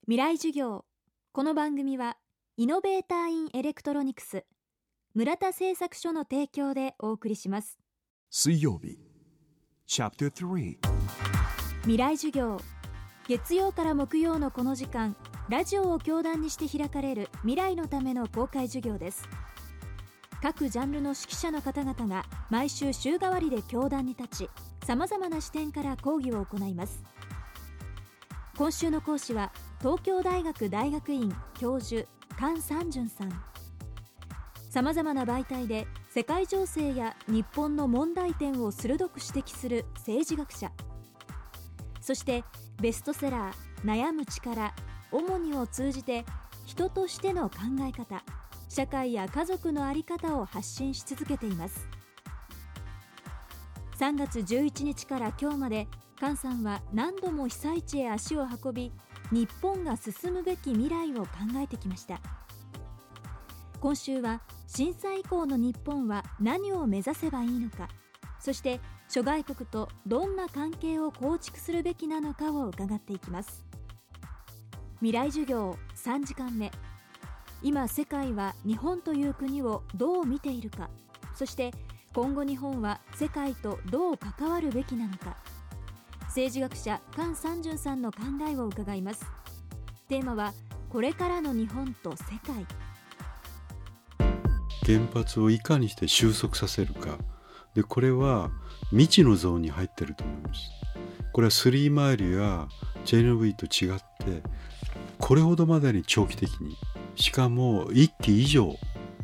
未来授業。この番組はイノベーターインエレクトロニクス村田製作所の提供でお送りします。 水曜日チャプター3 未来授業。月曜から木曜のこの時間、ラジオを教壇にして開かれる未来のための公開授業です。各ジャンルの指揮者の方々が毎週週替わりで教壇に立ち、さまざまな視点から講義を行います。今週の講師は東京大学大学院教授菅三淳さん。さまざまな媒体で世界情勢や日本の問題点を鋭く指摘する政治学者、そしてベストセラー悩む力主にを通じて人としての考え方、社会や家族の在り方を発信し続けています。3月11日から今日まで菅さんは何度も被災地へ足を運び、日本が進むべき未来を考えてきました。今週は震災以降の日本は何を目指せばいいのか、そして諸外国とどんな関係を構築するべきなのかを伺っていきます。未来授業3時間目。今世界は日本という国をどう見ているか、そして今後日本は世界とどう関わるべきなのか、政治学者菅三淳さんの考えを伺います。テーマはこれからの日本と世界。 原発をいかにして収束させるかで、これは未知のゾーンに入っていると思います。これはスリーマイルやチェルノブイリと違ってこれほどまでに長期的に、しかも1期以上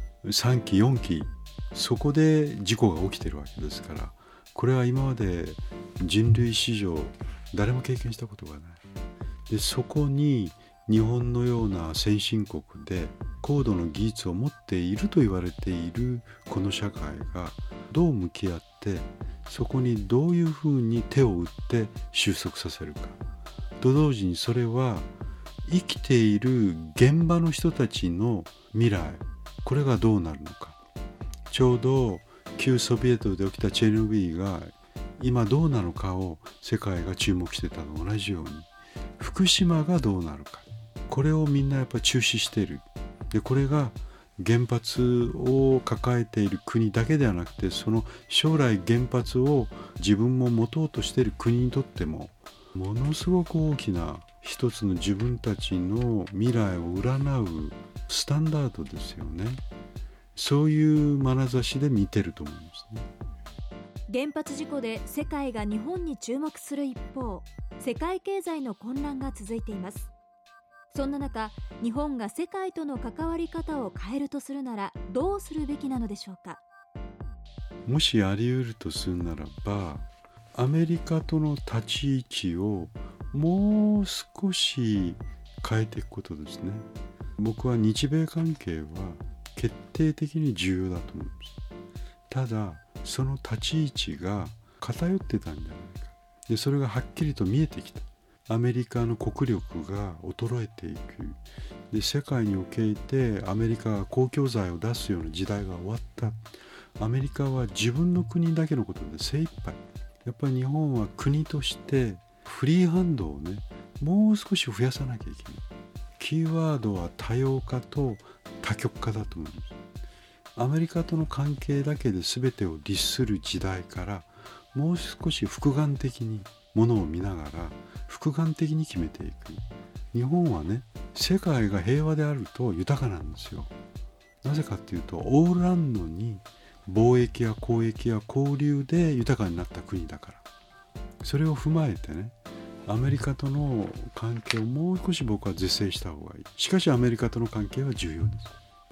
3期4期そこで事故が起きているわけですから、これは今まで人類史上誰も経験したことがない。でそこに日本のような先進国で高度の技術を持っていると言われているこの社会がどう向き合って、そこにどういうふうに手を打って収束させるかと同時に、それは生きている現場の人たちの未来、これがどうなるのか。ちょうど旧ソビエトで起きたチェルノブイリが今どうなのかを世界が注目してたのと同じように、福島がどうなるか、これをみんなやっぱり注視している。でこれが原発を抱えている国だけではなくて、その将来原発を自分も持とうとしている国にとってもものすごく大きな一つの自分たちの未来を占うスタンダードですよね。そういう眼差しで見てると思いますね。 原発事故で世界が日本に注目する一方、世界経済の混乱が続いています。そんな中、日本が世界との関わり方を変えるとするならどうするべきなのでしょうか。 もしあり得るとするならば、アメリカとの立ち位置をもう少し変えていくことですね。僕は日米関係は決定的に重要だと思います。ただその立ち位置が偏ってたんじゃないか。でそれがはっきりと見えてきた。アメリカの国力が衰えていく。で世界におけてアメリカが公共財を出すような時代が終わった。アメリカは自分の国だけのことで精一杯。やっぱり日本は国としてフリーハンドをね、もう少し増やさなきゃいけない。キーワードは多様化と多極化だと思います。アメリカとの関係だけで全てを律する時代から、もう少し複眼的にものを見ながら複眼的に決めていく。日本はね、世界が平和であると豊かなんですよ。なぜかっていうと、オールラウンドに貿易や交易や交流で豊かになった国だから。それを踏まえてね、アメリカとの関係をもう少し僕は是正した方がいい。しかしアメリカとの関係は重要です。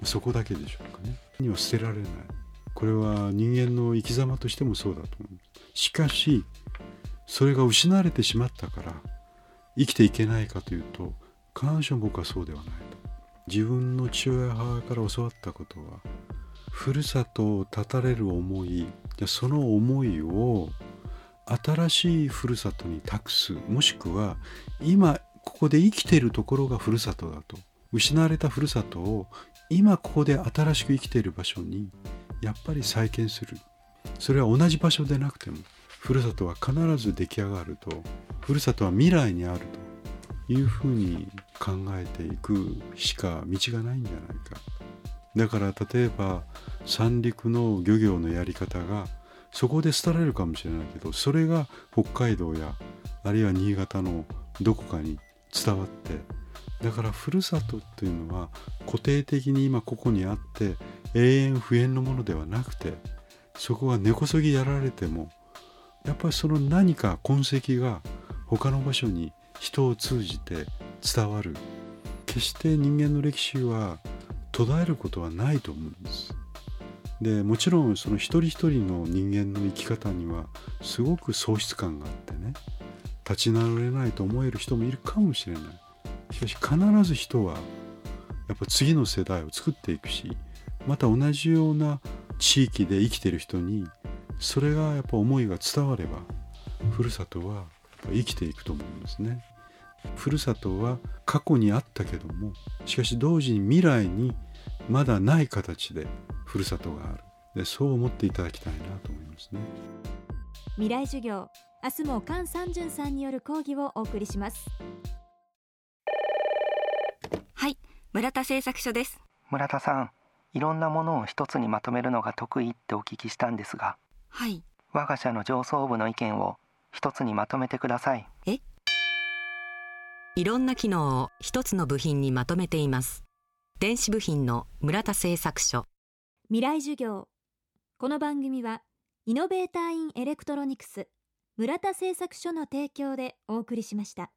そこだけでしょうかね。には捨てられない。これは人間の生き様としてもそうだと思います。しかしそれが失われてしまったから生きていけないかというと、必ずしも僕はそうではないと。自分の父親母から教わったことは、ふるさとを絶たれる思い、その思いを新しいふるさとに託す、もしくは今ここで生きているところがふるさとだと。失われたふるさとを今ここで新しく生きている場所にやっぱり再建する。それは同じ場所でなくても、ふるさとは必ず出来上がると。ふるさとは未来にあるいうふうに考えていくしか道がないんじゃないか。だから例えば三陸の漁業のやり方がそこで廃れるかもしれないけど、それが北海道やあるいは新潟のどこかに伝わって、だからふるさとっていうのは固定的に今ここにあって永遠不変のものではなくて、そこが根こそぎやられてもやっぱりその何か痕跡が他の場所に人を通じて伝わる。決して人間の歴史は途絶えることはないと思うんです。でもちろんその一人一人の人間の生き方にはすごく喪失感があってね、立ち直れないと思える人もいるかもしれない。しかし必ず人はやっぱ次の世代を作っていくし、また同じような地域で生きている人にそれがやっぱ思いが伝われば、ふるさとはやっぱ生きていくと思うんですね。ふるさとは過去にあったけども、しかし同時に未来にまだない形でふるさとがある。でそう思っていただきたいなと思いますね。 未来授業、明日も菅三淳さんによる講義をお送りします。 はい、村田製作所です。 村田さん、いろんなものを一つにまとめるのが得意ってお聞きしたんですが、 はい。 我が社の上層部の意見を一つにまとめてください。 いろんな機能を一つの部品にまとめています。電子部品の村田製作所。 未来授業。この番組はイノベーターインエレクトロニクス村田製作所の提供でお送りしました。